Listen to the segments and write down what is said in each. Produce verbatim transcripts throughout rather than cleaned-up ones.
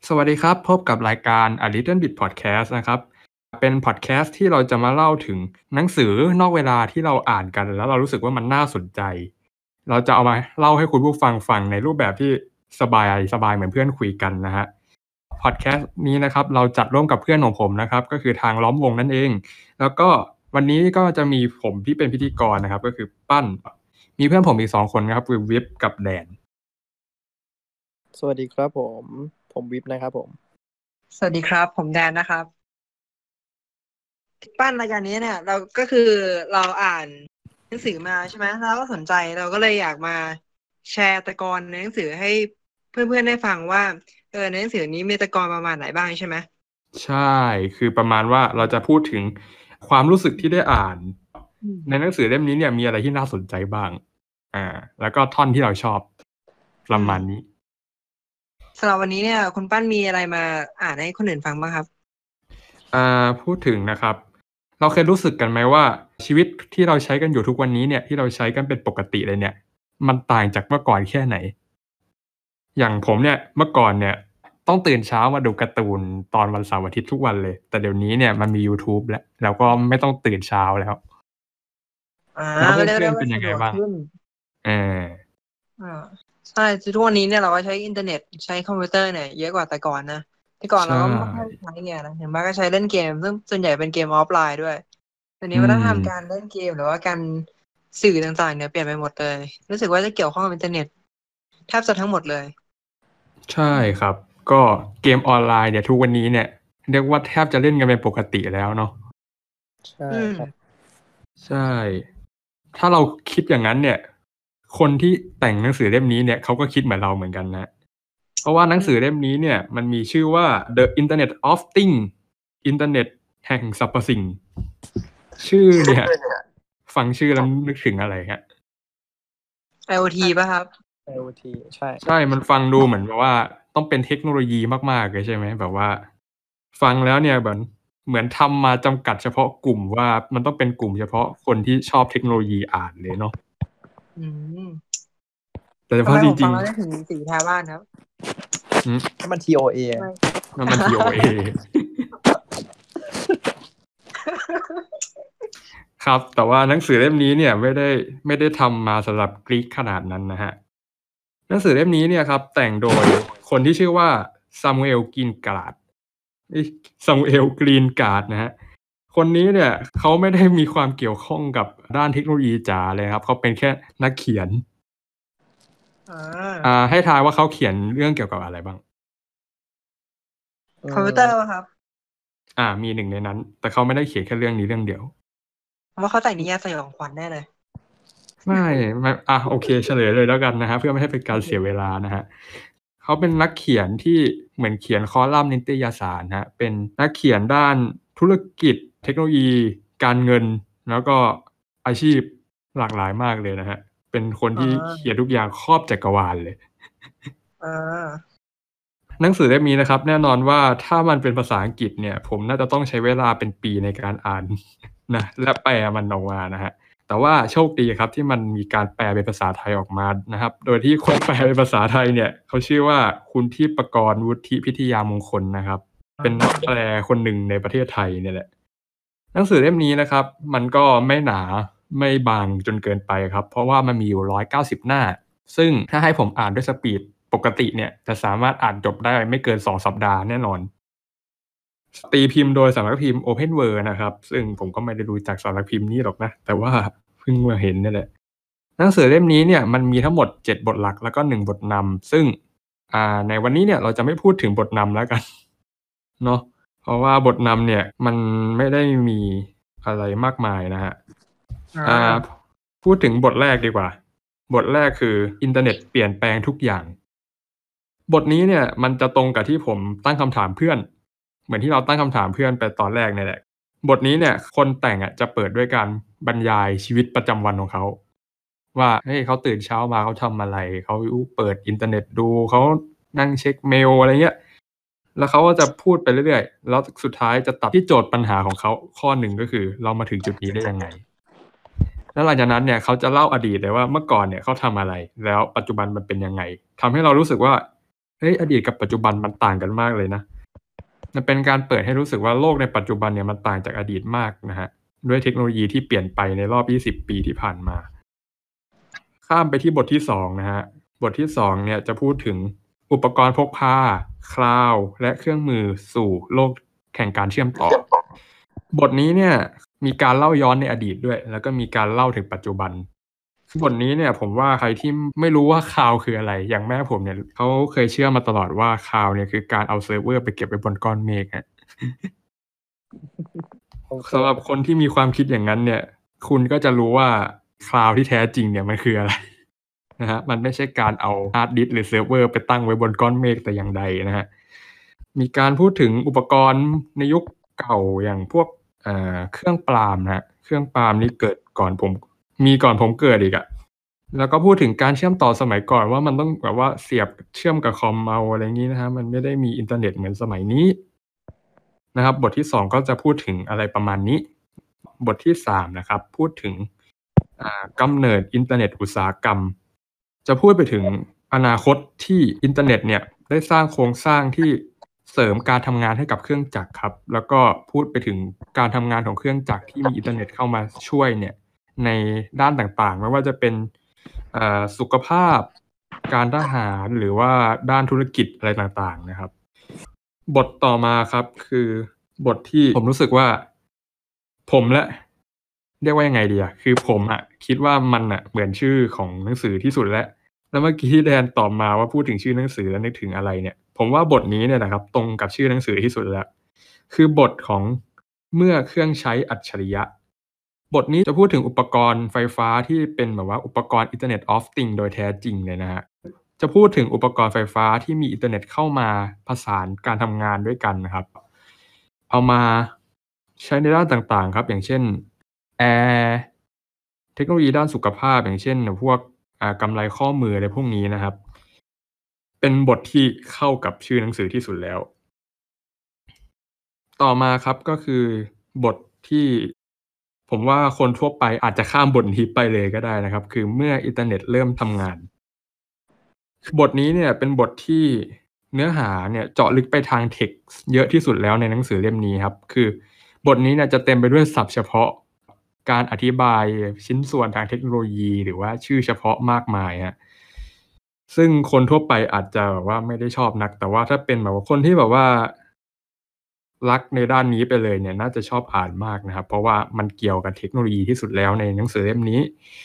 สวัสดีครับพบกับรายการ A Little Bit Podcast นะครับเป็นพอดแคสต์ที่เราจะมาเล่าถึงหนังสือนอกเวลาที่เราอ่านกันแล้วเรารู้สึกว่ามันน่าสนใจเราจะเอามาเล่าให้คุณผู้ฟังฟังในรูปแบบที่สบายสบายเหมือนเพื่อนคุยกันนะฮะพอดแคสต์นี้นะครับเราจัดร่วมกับเพื่อนของผมนะครับก็คือทางล้อมวงนั่นเองแล้วก็วันนี้ก็จะมีผมที่เป็นพิธีกรนะครับก็คือปั้นมีเพื่อนผมอีกสองคนนะครับคือวิปกับแดนสวัสดีครับผมผมวิปนะครับผมสวัสดีครับผมแดนนะครับปั้นรายการนี้เนี่ยเราก็คือเราอ่านหนังสือมาใช่ไหมเราก็สนใจเราก็เลยอยากมาแชร์ตะกอนในหนังสือให้เพื่อนๆได้ฟังว่าเออในหนังสือนี้มีตะกอนประมาณไหนบ้างใช่ไหมใช่คือประมาณว่าเราจะพูดถึงความรู้สึกที่ได้อ่านในหนังสือเล่มนี้เนี่ยมีอะไรที่น่าสนใจบ้างอ่าแล้วก็ท่อนที่เราชอบประมาณนี้สำหรับวันนี้เนี่ยคุณปั้นมีอะไรมาอ่านให้คนอื่นฟังบ้างครับอ่าพูดถึงนะครับเราเคยรู้สึกกันไหมว่าชีวิตที่เราใช้กันอยู่ทุกวันนี้เนี่ยที่เราใช้กันเป็นปกติเลยเนี่ยมันต่างจากเมื่อก่อนแค่ไหนอย่างผมเนี่ยเมื่อก่อนเนี่ยต้องตื่นเช้ามาดูการ์ตูนตอนวันเสาร์อาทิตย์ทุกวันเลยแต่เดี๋ยวนี้เนี่ยมันมียูทูบแล้วเราก็ไม่ต้องตื่นเช้าแล้วอ่าแล้วเก็เรียกพื่อนๆเป็นได้ว่าสะดยังไงบ้างวกขึ้นเอออ่าใช่ทุกวันนี้เนี่ยเราก็ใช้อินเทอร์เน็ตใช้คอมพิวเตอร์เนี่ยเยอะกว่าแต่ก่อนนะแต่ก่อนเราใช่ก็ไม่ค่อยใช้ไงนะอย่างมากก็ใช้เล่นเกมซึ่งส่วนใหญ่เป็นเกมออฟไลน์ด้วยตอนนี้อืวัฒนธรรมมการเล่นเกมหรือว่าการสื่อต่างๆเนี่ยเปลี่ยนไปหมดเลยรู้สึกว่าจะเกี่ยวข้องกับอินเทอร์เน็ตแทบจะทั้งหมดเลยใช่ครับก็เกมออนไลน์เนี่ยทุกวันนี้เนี่ยเรียกว่าแทบจะเล่นกันเป็นปกติแล้วเนาะใช่ครับใช่ถ้าเราคิดอย่างนั้นเนี่ยคนที่แต่งหนังสือเล่มนี้เนี่ยเขาก็คิดเหมือนเราเหมือนกันนะเพราะว่าหนังสือเล่มนี้เนี่ยมันมีชื่อว่า The Internet of Things อินเทอร์เน็ตแห่งสรรพสิ่งชื่อเนี่ยฟังชื่อแล้วนึกถึงอะไรฮะไอ โอ ที ป่ะครับ IoT ใช่ใช่มันฟังดูเหมือนแบบว่าต้องเป็นเทคโนโลยีมากๆเลยใช่ไหมแบบว่าฟังแล้วเนี่ยเหมือนเหมือนทำมาจำกัดเฉพาะกลุ่มว่ามันต้องเป็นกลุ่มเฉพาะคนที่ชอบเทคโนโลยีอ่านเลยเนาะอืมแต่ทำไมพอจริงผมฟังแล้วได้ถึงสีแทบ้านครับๆอืมถ้ามัน ที โอ เอนั่นมัน ที โอ เอ ครับแต่ว่าหนังสือเล่มนี้เนี่ยไม่ได้ไม่ได้ทำมาสำหรับกรีกขนาดนั้นนะฮะหนังสือเล่มนี้เนี่ยครับแต่งโดยคนที่ชื่อว่าซามูเอลกรีนการ์ดซามูเอลกรีนการ์ดนะฮะคนนี้เนี่ยเขาไม่ได้มีความเกี่ยวข้องกับด้านเทคโนโลยีจ๋าเลยครับเขาเป็นแค่นักเขียนอ่าอ่าให้ทายว่าเขาเขียนเรื่องเกี่ยวกับอะไรบ้างคอมพิวเตอร์ป่ะครับอ่ามีหนึ่งในนั้น แต่เขาไม่ได้เขียนแค่เรื่องนี้เรื่องเดียวผมว่าเขาแต่งนิยายสยองขวัญแน่เลยไม่ไม่อ่ะโอเคเฉลยเลยแล้วกันนะฮะเพื่อไม่ให้เป็นการเสียเวลานะฮะเขาเป็นนักเขียนที่เหมือนเขียนคอลัมน์นิตยสารฮะเป็นนักเขียนด้านธุรกิจเทคโนโลยีการเงินแล้วก็อาชีพหลากหลายมากเลยนะฮะเป็นคนที่อ่าเขียนทุกอย่างครอบจักรวาลเลยอ่าหนังสือเล่มนี้นะครับแน่นอนว่าถ้ามันเป็นภาษาอังกฤษเนี่ยผมน่าจะต้องใช้เวลาเป็นปีในการอ่าน นะและแปลมันออกมานะฮะแต่ว่าโชคดีครับที่มันมีการแปลเป็นภาษาไทยออกมานะครับโดยที่คนแปลเป็นภาษาไทยเนี่ยเขาชื่อว่าคุณทิพกรวุฒิพิทยามงคลนะครับเป็นนักแปลคนหนึ่งในประเทศไทยเนี่ยแหละหนังสือเล่มนี้นะครับมันก็ไม่หนาไม่บางจนเกินไปครับเพราะว่ามันมีอยู่หนึ่งร้อยเก้าสิบหน้าซึ่งถ้าให้ผมอ่านด้วยสปีดปกติเนี่ยจะสามารถอ่านจบได้ไม่เกินสองสัปดาห์แน่นอนตีพิมพ์โดยสำนักพิมพ์ Open World นะครับซึ่งผมก็ไม่ได้รู้จักสำนักพิมพ์นี้หรอกนะแต่ว่าเพิ่งมาเห็นนี่แหละหนังสือเล่มนี้เนี่ยมันมีทั้งหมดเจ็ดบทหลักแล้วก็หนึ่งบทนำซึ่งอ่าในวันนี้เนี่ยเราจะไม่พูดถึงบทนำแล้วกันเนาะเพราะว่าบทนำเนี่ยมันไม่ได้มีอะไรมากมายนะฮะอ่าพูดถึงบทแรกดีกว่าบทแรกคืออินเทอร์เน็ตเปลี่ยนแปลงทุกอย่างบทนี้เนี่ยมันจะตรงกับที่ผมตั้งคำถามเพื่อนเหมือนที่เราตั้งคำถามเพื่อนไปตอนแรกเนี่ยแหละบทนี้เนี่ยคนแต่งอะจะเปิดด้วยการบรรยายชีวิตประจำวันของเขาว่าเฮ้ยเขาตื่นเช้ามาเขาทำอะไรเขาเปิดอินเทอร์เน็ตดูเขานั่งเช็คเมลอะไรเงี้ยแล้วเขาก็จะพูดไปเรื่อยๆแล้วสุดท้ายจะตัดที่โจทย์ปัญหาของเขาข้อหนึ่งก็คือเรามาถึงจุดนี้ได้ยังไงแล้วหลังจากนั้นเนี่ยเขาจะเล่าอดีตเลยว่าเมื่อก่อนเนี่ยเขาทำอะไรแล้วปัจจุบันมันเป็นยังไงทำให้เรารู้สึกว่าเฮ้ยอดีตกับปัจจุบันมันต่างกันมากเลยนะมันเป็นการเปิดให้รู้สึกว่าโลกในปัจจุบันเนี่ยมันต่างจากอดีตมากนะฮะด้วยเทคโนโลยีที่เปลี่ยนไปในรอบยี่สิบปีที่ผ่านมาข้ามไปที่บทที่สองนะฮะบทที่สองเนี่ยจะพูดถึงอุปกรณ์พกพาคลาวด์และเครื่องมือสู่โลกแห่งการเชื่อมต่อบทนี้เนี่ยมีการเล่าย้อนในอดีตด้วยแล้วก็มีการเล่าถึงปัจจุบันบทนี้เนี่ยผมว่าใครที่ไม่รู้ว่าคลาวด์คืออะไรอย่างแม่ผมเนี่ยเขาเคยเชื่อมาตลอดว่าคลาวด์เนี่ยคือการเอาเซิร์ฟเวอร์ไปเก็บไว้บนก้อนเมฆฮะโอเคสำหรับคนที่มีความคิดอย่างนั้นเนี่ย คุณก็จะรู้ว่าคลาวด์ที่แท้จริงเนี่ยมันคืออะไร นะฮะมันไม่ใช่การเอาฮาร์ดดิสก์หรือเซิร์ฟเวอร์ไปตั้งไว้บนก้อนเมฆแต่อย่างใดนะฮะมีการพูดถึงอุปกรณ์ในยุคเก่าอย่างพวกเอ่อเครื่องปาล์มนะฮะเครื่องปาล์มนี่เกิดก่อนผมมีก่อนผมเกิดอีกอะแล้วก็พูดถึงการเชื่อมต่อสมัยก่อนว่ามันต้องแบบว่าเสียบเชื่อมกับคอมเอาอะไรอย่างนี้นะฮะมันไม่ได้มีอินเทอร์เน็ตเหมือนสมัยนี้นะครับบทที่สองก็จะพูดถึงอะไรประมาณนี้ บทที่สามนะครับพูดถึงกำเนิดอินเทอร์เน็ตอุตสาหกรรมจะพูดไปถึงอนาคตที่อินเทอร์เน็ตเนี่ยได้สร้างโครงสร้างที่เสริมการทำงานให้กับเครื่องจักรครับแล้วก็พูดไปถึงการทำงานของเครื่องจักรที่มีอินเทอร์เน็ตเข้ามาช่วยเนี่ยในด้านต่างๆไม่ว่าจะเป็นสุขภาพการทหารหรือว่าด้านธุรกิจอะไรต่างๆนะครับบทต่อมาครับคือบทที่ผมรู้สึกว่าผมและเรียกว่ายังไงดีอะคือผมอะคิดว่ามันอะเหมือนชื่อของหนังสือที่สุดแล้วแล้วเมื่อกี้ที่แดนตอบมาว่าพูดถึงชื่อหนังสือแล้วนึกถึงอะไรเนี่ยผมว่าบทนี้เนี่ยนะครับตรงกับชื่อหนังสือที่สุดแล้วคือบทของเมื่อเครื่องใช้อัจฉริยะบทนี้จะพูดถึงอุปกรณ์ไฟฟ้าที่เป็นแบบว่าอุปกรณ์ Internet of Things โดยแท้จริงเลยนะฮะจะพูดถึงอุปกรณ์ไฟฟ้าที่มีอินเทอร์เน็ตเข้ามาผสานการทำงานด้วยกันนะครับเอามาใช้ในด้านต่างๆครับอย่างเช่นแอร์เทคโนโลยีด้านสุขภาพอย่างเช่นพวกกำไลข้อมืออะไรพวกนี้นะครับเป็นบทที่เข้ากับชื่อหนังสือที่สุดแล้วต่อมาครับก็คือบทที่ผมว่าคนทั่วไปอาจจะข้ามบทนี้ไปเลยก็ได้นะครับคือเมื่ออินเทอร์เน็ตเริ่มทำงานบทนี้เนี่ยเป็นบทที่เนื้อหาเนี่ยเจาะลึกไปทางเท็กซ์เยอะที่สุดแล้วในหนังสือเล่มนี้ครับคือบทนี้เนี่ยจะเต็มไปด้วยศัพท์เฉพาะการอธิบายชิ้นส่วนทางเทคโนโลยีหรือว่าชื่อเฉพาะมากมายฮะซึ่งคนทั่วไปอาจจะแบบว่าไม่ได้ชอบนักแต่ว่าถ้าเป็นแบบว่าคนที่แบบว่ารักในด้านนี้ไปเลยเนี่ยน่าจะชอบอ่านมากนะครับเพราะว่ามันเกี่ยวกับเทคโนโลยีที่สุดแล้วในหนังสือเล่มนี้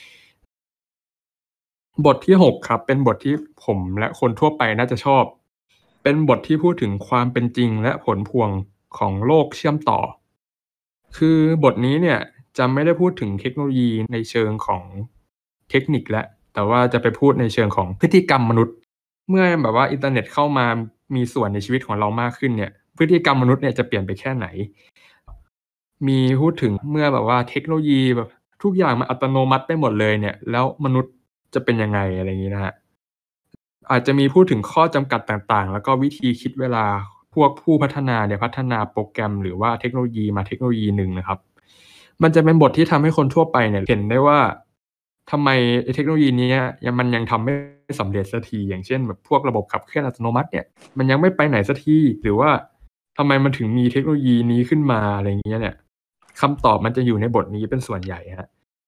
บทที่หกครับเป็นบทที่ผมและคนทั่วไปน่าจะชอบเป็นบทที่พูดถึงความเป็นจริงและผลพวงของโลกเชื่อมต่อคือบทนี้เนี่ยจะไม่ได้พูดถึงเทคโนโลยีในเชิงของเทคนิคแล้วแต่ว่าจะไปพูดในเชิงของพฤติกรรมมนุษย์เมื่อแบบว่าอินเทอร์เน็ตเข้ามามีส่วนในชีวิตของเรามากขึ้นเนี่ยพฤติกรรมมนุษย์เนี่ยจะเปลี่ยนไปแค่ไหนมีพูดถึงเมื่อแบบว่าเทคโนโลยีแบบทุกอย่างมันอัตโนมัติไปหมดเลยเนี่ยแล้วมนุษย์จะเป็นยังไงอะไรอย่างงี้นะครับอาจจะมีพูดถึงข้อจำกัดต่างๆแล้วก็วิธีคิดเวลาพวกผู้พัฒนาเนี่ยพัฒนาโปรแกรมหรือว่าเทคโนโลยีมาเทคโนโลยีหนึ่งนะครับมันจะเป็นบทที่ทำให้คนทั่วไปเนี่ยเห็นได้ว่าทำไมไอ้เทคโนโลยีเนี้ยยังมันยังทำไม่สำเร็จสักทีอย่างเช่นแบบพวกระบบขับเคลื่อนอัตโนมัติเนี่ยมันยังไม่ไปไหนสักทีหรือว่าทำไมมันถึงมีเทคโนโลยีนี้ขึ้นมาอะไรอย่างเงี้ยเนี่ยคำตอบมันจะอยู่ในบทนี้เป็นส่วนใหญ่ฮะ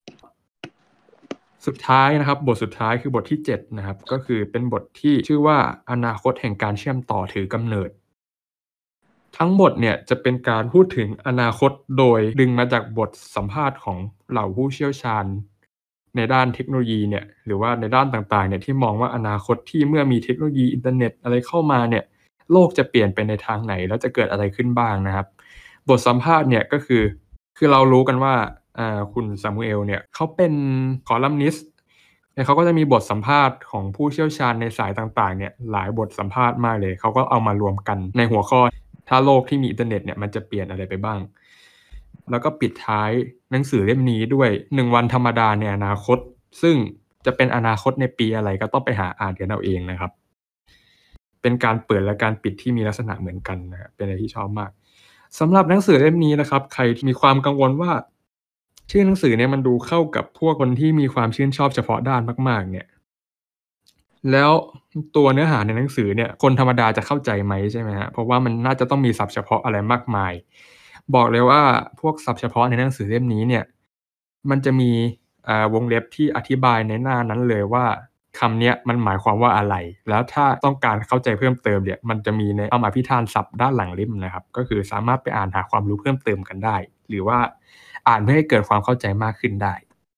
สุดท้ายนะครับบทสุดท้ายคือบทที่เจ็ดนะครับก็คือเป็นบทที่ชื่อว่าอนาคตแห่งการเชื่อมต่อถือกำเนิดทั้งหมดเนี่ยจะเป็นการพูดถึงอนาคตโดยดึงมาจากบทสัมภาษณ์ของเหล่าผู้เชี่ยวชาญในด้านเทคโนโลยีเนี่ยหรือว่าในด้านต่างๆเนี่ยที่มองว่าอนาคตที่เมื่อมีเทคโนโลยีอินเทอร์เน็ตอะไรเข้ามาเนี่ยโลกจะเปลี่ยนไปในทางไหนแล้วจะเกิดอะไรขึ้นบ้างนะครับบทสัมภาษณ์เนี่ยก็คือคือเรารู้กันว่าอ่าคุณซามูเอลเนี่ยเขาเป็นคอลัมนิสต์เขาก็จะมีบทสัมภาษณ์ของผู้เชี่ยวชาญในสายต่างๆเนี่ยหลายบทสัมภาษณ์มากเลยเขาก็เอามารวมกันในหัวข้อถ้าโลกที่มีอินเทอร์เน็ตเนี่ยมันจะเปลี่ยนอะไรไปบ้างแล้วก็ปิดท้ายหนังสือเล่มนี้ด้วยหนึ่งวันธรรมดาในอนาคตซึ่งจะเป็นอนาคตในปีอะไรก็ต้องไปหาอ่านกันเอาเองนะครับเป็นการเปิดและการปิดที่มีลักษณะเหมือนกันนะครับเป็นอะไรที่ชอบมากสำหรับหนังสือเล่มนี้นะครับใครมีความกังวลว่าชื่อหนังสือเนี่ยมันดูเข้ากับพวกคนที่มีความชื่นชอบเฉพาะด้านมากๆเนี่ยแล้วตัวเนื้อหาในหนังสือเนี่ยคนธรรมดาจะเข้าใจไหมใช่ไหมฮะเพราะว่ามันน่าจะต้องมีศัพท์เฉพาะอะไรมากมายบอกเลยว่าพวกศัพท์เฉพาะในหนังสือเล่มนี้เนี่ยมันจะมีอ่าวงเล็บที่อธิบายในหน้านั้นเลยว่าคำเนี้ยมันหมายความว่าอะไรแล้วถ้าต้องการเข้าใจเพิ่มเติมเนี่ยมันจะมีในคำอภิธานศัพท์ด้านหลังเล่มนะครับก็คือสามารถไปอ่านหาความรู้เพิ่มเติมกันได้หรือว่าอ่านเพื่อให้เกิดความเข้าใจมากขึ้นได้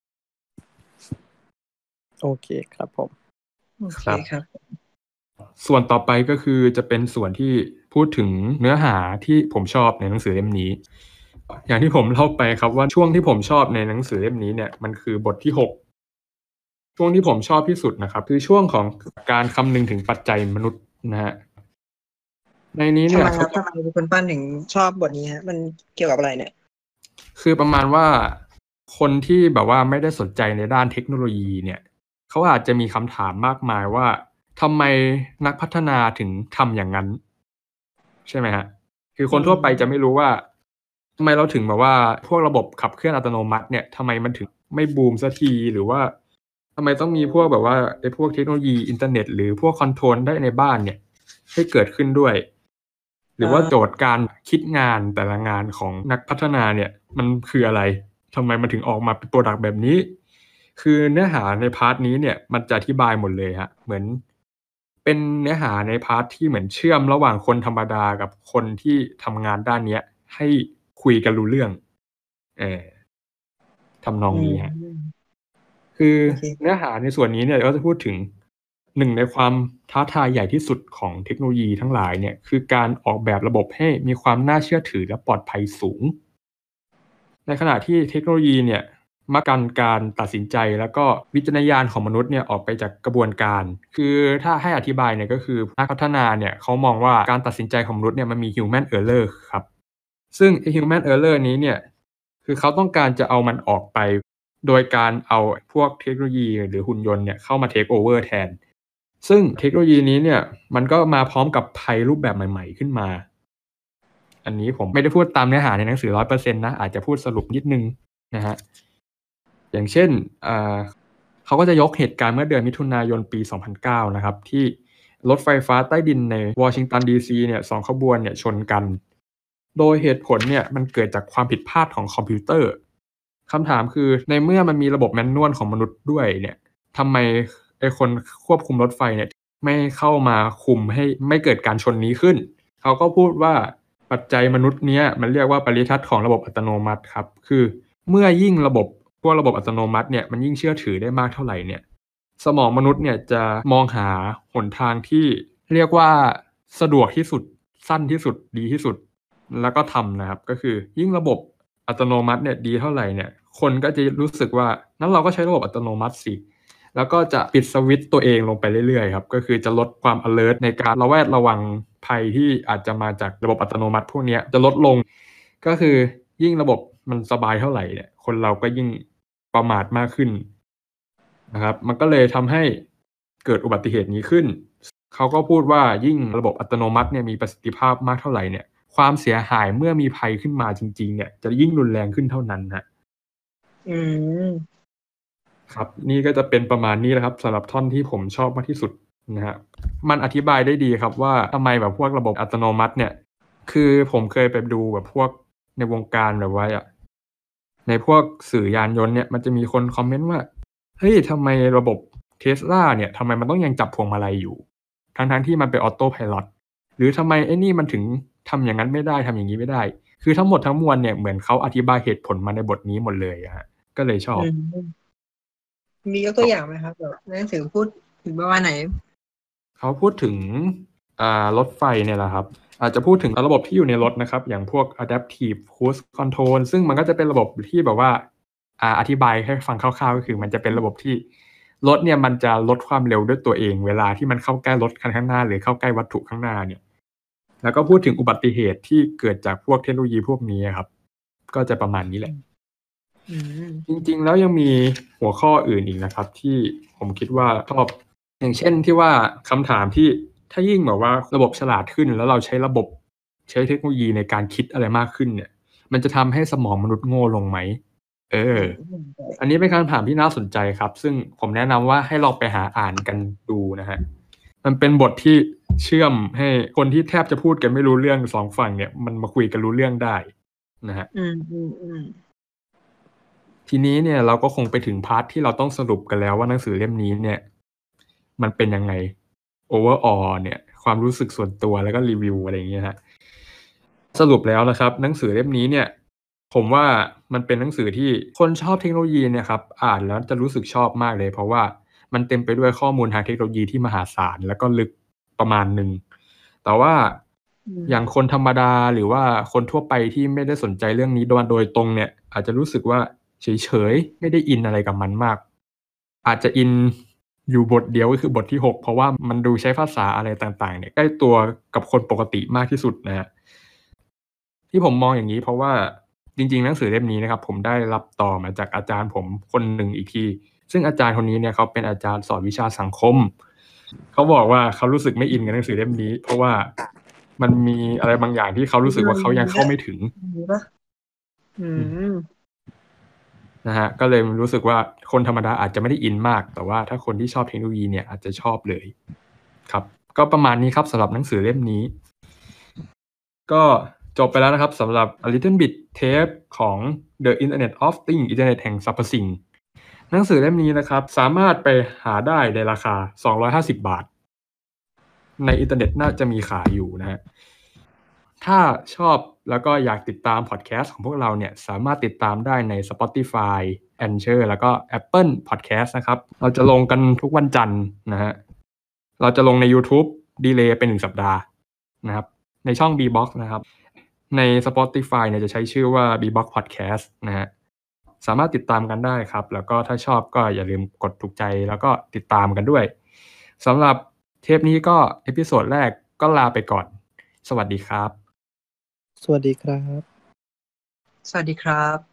โอเคครับผมโอเคครับส่วนต่อไปก็คือจะเป็นส่วนที่พูดถึงเนื้อหาที่ผมชอบในหนังสือเล่มนี้อย่างที่ผมเล่าไปครับว่าช่วงที่ผมชอบในหนังสือเล่มนี้เนี่ยมันคือบทที่หกช่วงที่ผมชอบที่สุดนะครับคือช่วงของการคำนึงถึงปัจจัยมนุษย์นะฮะในนี้ทำเนี่ยไมครับทำไมคุณปั้นถึงชอบบทนี้ฮะมันเกี่ยวกับอะไรเนี่ยคือประมาณว่าคนที่แบบว่าไม่ได้สนใจในด้านเทคโนโลยีเนี่ยเขาอาจจะมีคำถามมากมายว่าทำไมนักพัฒนาถึงทำอย่างนั้นใช่ไหมฮะคือคนทั่วไปจะไม่รู้ว่าทำไมเราถึงแบบว่าพวกระบบขับเคลื่อนอัตโนมัติเนี่ยทำไมมันถึงไม่บูมสักทีหรือว่าทำไมต้องมีพวกแบบว่าไอ้พวกเทคโนโลยีอินเทอร์เน็ตหรือพวกคอนโทรลได้ในบ้านเนี่ยให้เกิดขึ้นด้วย หรือว่าโจทย์การคิดงานแต่ละงานของนักพัฒนาเนี่ยมันคืออะไรทำไมมันถึงออกมาเป็นโปรดักต์แบบนี้คือเนื้อหาในพาร์ทนี้เนี่ยมันจะอธิบายหมดเลยฮะเหมือนเป็นเนื้อหาในพาร์ทที่เหมือนเชื่อมระหว่างคนธรรมดากับคนที่ทำงานด้านเนี้ยให้คุยกันรู้เรื่องเออทำนองนี้ฮะคือเนื้อหาในส่วนนี้เนี่ยก็จะพูดถึงหนึ่งในความท้าทายใหญ่ที่สุดของเทคโนโลยีทั้งหลายเนี่ยคือการออกแบบระบบให้มีความน่าเชื่อถือและปลอดภัยสูงในขณะที่เทคโนโลยีเนี่ยมักกันการตัดสินใจแล้วก็วิจารณญาณของมนุษย์เนี่ยออกไปจากกระบวนการคือถ้าให้อธิบายเนี่ยก็คือนักพัฒนาเนี่ยเขามองว่าการตัดสินใจของมนุษย์เนี่ยมันมี human error ครับซึ่ง human error นี้เนี่ยคือเขาต้องการจะเอามันออกไปโดยการเอาพวกเทคโนโลยีหรือหุ่นยนต์เนี่ยเข้ามา take over แทนซึ่งเทคโนโลยีนี้เนี่ยมันก็มาพร้อมกับภัยรูปแบบใหม่ๆขึ้นมาอันนี้ผมไม่ได้พูดตามเนื้อหาในหนังสือ ร้อยเปอร์เซ็นต์ นะอาจจะพูดสรุปนิดนึงนะฮะอย่างเช่นเขาก็จะยกเหตุการณ์เมื่อเดือนมิถุนายนปีสองพันเก้านะครับที่รถไฟฟ้าใต้ดินในวอชิงตันดีซีเนี่ยสองขบวนเนี่ยชนกันโดยเหตุผลเนี่ยมันเกิดจากความผิดพลาดของคอมพิวเตอร์คำถามคือในเมื่อมันมีระบบแมนนวลของมนุษย์ด้วยเนี่ยทำไมไอ้คนควบคุมรถไฟเนี่ยไม่เข้ามาคุมให้ไม่เกิดการชนนี้ขึ้นเขาก็พูดว่าปัจจัยมนุษย์เนี้ยมันเรียกว่าปริทัศน์ของระบบอัตโนมัติครับคือเมื่อยิ่งระบบพวกระบบอัตโนมัติเนี่ยมันยิ่งเชื่อถือได้มากเท่าไหร่เนี่ยสมองมนุษย์เนี่ยจะมองหาหนทางที่เรียกว่าสะดวกที่สุดสั้นที่สุดดีที่สุดแล้วก็ทำนะครับก็คือยิ่งระบบอัตโนมัติเนี่ยดีเท่าไหร่เนี่ยคนก็จะรู้สึกว่านั้นเราก็ใช้ระบบอัตโนมัติสิแล้วก็จะปิดสวิตช์ตัวเองลงไปเรื่อยๆครับก็คือจะลดความ alert ในการระแวดระวังภัยที่อาจจะมาจากระบบอัตโนมัติพวกนี้จะลดลงก็คือยิ่งระบบมันสบายเท่าไหร่เนี่ยคนเราก็ยิ่งประมาทมากขึ้นนะครับมันก็เลยทำให้เกิดอุบัติเหตุนี้ขึ้นเขาก็พูดว่ายิ่งระบบอัตโนมัติเนี่ยมีประสิทธิภาพมากเท่าไหร่เนี่ยความเสียหายเมื่อมีภัยขึ้นมาจริงๆเนี่ยจะยิ่งรุนแรงขึ้นเท่านั้นฮะอืมครับนี่ก็จะเป็นประมาณนี้แหละครับสำหรับท่อนที่ผมชอบมากที่สุดนะฮะมันอธิบายได้ดีครับว่าทำไมแบบพวกระบบอัตโนมัติเนี่ยคือผมเคยไปดูแบบพวกในวงการแบบว่าอ่ะในพวกสื่อยานยนต์เนี่ยมันจะมีคนคอมเมนต์ว่าเฮ้ยทำไมระบบ Tesla เนี่ยทำไมมันต้องยังจับพวงมาลัยอยู่ทั้งๆที่มันเป็นออโต้ไพลอตหรือทำไมไอ้นี่มันถึงทำอย่างนั้นไม่ได้ทำอย่างนี้ไม่ได้คือทั้งหมดทั้งมวลเนี่ยเหมือนเขาอธิบายเหตุผลมาในบทนี้หมดเลยอะฮะก็เลยชอบมียกตัวอย่างไหมครับแบบหนังสือพูดถึงประมาณไหนเขาพูดถึงอ่ารถไฟเนี่ยแหละครับอาจจะพูดถึงระบบที่อยู่ในรถนะครับอย่างพวก adaptive cruise control ซึ่งมันก็จะเป็นระบบที่แบบว่าอ่าอธิบายให้ฟังคร่าวๆก็คือมันจะเป็นระบบที่รถเนี่ยมันจะลดความเร็วด้วยตัวเองเวลาที่มันเข้าใกล้รถคันข้างหน้าหรือเข้าใกล้วัตถุข้างหน้าเนี่ยแล้วก็พูดถึงอุบัติเหตุที่เกิดจากพวกเทคโนโลยีพวกนี้ครับก็จะประมาณนี้แหละจริงๆแล้วยังมีหัวข้ออื่นอีกนะครับที่ผมคิดว่าชอบอย่างเช่นที่ว่าคำถามที่ถ้ายิ่งแบบว่าระบบฉลาดขึ้นแล้วเราใช้ระบบใช้เทคโนโลยีในการคิดอะไรมากขึ้นเนี่ยมันจะทำให้สมองมนุษย์โง่ลงไหมเออ อันนี้เป็นคำถามที่น่าสนใจครับ ซึ่งผมแนะนำว่าให้ลองไปหาอ่านกันดูนะฮะ มันเป็นบทที่เชื่อมให้คนที่แทบจะพูดกันไม่รู้เรื่องสองฝั่งเนี่ยมันมาคุยกันรู้เรื่องได้นะฮะอืมอืมอืมทีนี้เนี่ยเราก็คงไปถึงพาร์ทที่เราต้องสรุปกันแล้วว่าหนังสือเล่มนี้เนี่ย มันเป็นยังไง overall เนี่ย ความรู้สึกส่วนตัวแล้วก็รีวิวอะไรอย่างเงี้ยฮะ สรุปแล้วนะครับหนังสือเล่มนี้เนี่ย ผมว่ามันเป็นหนังสือที่คนชอบเทคโนโลยีเนี่ยครับอ่านแล้วจะรู้สึกชอบมากเลย เพราะว่ามันเต็มไปด้วยข้อมูลทางเทคโนโลยีที่มหาศาลแล้วก็ลึกประมาณหนึ่งแต่ว่าอืมอย่างคนธรรมดาหรือว่าคนทั่วไปที่ไม่ได้สนใจเรื่องนี้โดยโดยตรงเนี่ย อาจจะรู้สึกว่าเฉยๆไม่ได้อินอะไรกับมันมาก อาจจะอินอยู่บทเดียวก็คือบทที่หกเพราะว่ามันดูใช้ภาษาอะไรต่างๆเนี่ยใกล้ตัวกับคนปกติมากที่สุดนะฮะที่ผมมองอย่างนี้เพราะว่าจริงๆหนังสือเล่มนี้นะครับผมได้รับต่อมาจากอาจารย์ผมคนหนึ่งอีกทีซึ่งอาจารย์คนนี้เนี่ยเขาเป็นอาจารย์สอนวิชาสังคมเขาบอกว่าเขารู้สึกไม่อินกับหนังสือเล่มนี้ เพราะว่ามันมีอะไรบางอย่างที่เขารู้สึกว่าเขายังเข้าไม่ถึงมีปะอืมนะฮะก็เลยรู้สึกว่าคนธรรมดาอาจจะไม่ได้อินมาก แต่ว่าถ้าคนที่ชอบเทคโนโลยีเนี่ยอาจจะชอบเลยครับ ก็ประมาณนี้ครับสำหรับหนังสือเล่มนี้ ก็จบไปแล้วนะครับสำหรับ A Little Bit Tape ของ The Internet of Things อินเทอร์เน็ตแห่งสรรพสิ่งหนังสือเล่มนี้นะครับสามารถไปหาได้ในราคาสองร้อยห้าสิบบาท ในอินเทอร์เน็ตน่าจะมีขายอยู่นะฮะถ้าชอบแล้วก็อยากติดตามพอดแคสต์ของพวกเราเนี่ยสามารถติดตามได้ใน Spotify, Anchor แล้วก็ Apple Podcast นะครับ เราจะลงกันทุกวันจันทร์นะฮะเราจะลงใน YouTube ดีเลย์เป็นหนึ่งสัปดาห์นะครับในช่อง B-Box นะครับใน Spotify เนี่ยจะใช้ชื่อว่า B-Box Podcast นะฮะสามารถติดตามกันได้ครับแล้วก็ถ้าชอบก็อย่าลืมกดถูกใจแล้วก็ติดตามกันด้วยสำหรับเทปนี้ก็เอพิโซดแรกก็ลาไปก่อนสวัสดีครับสวัสดีครับสวัสดีครับ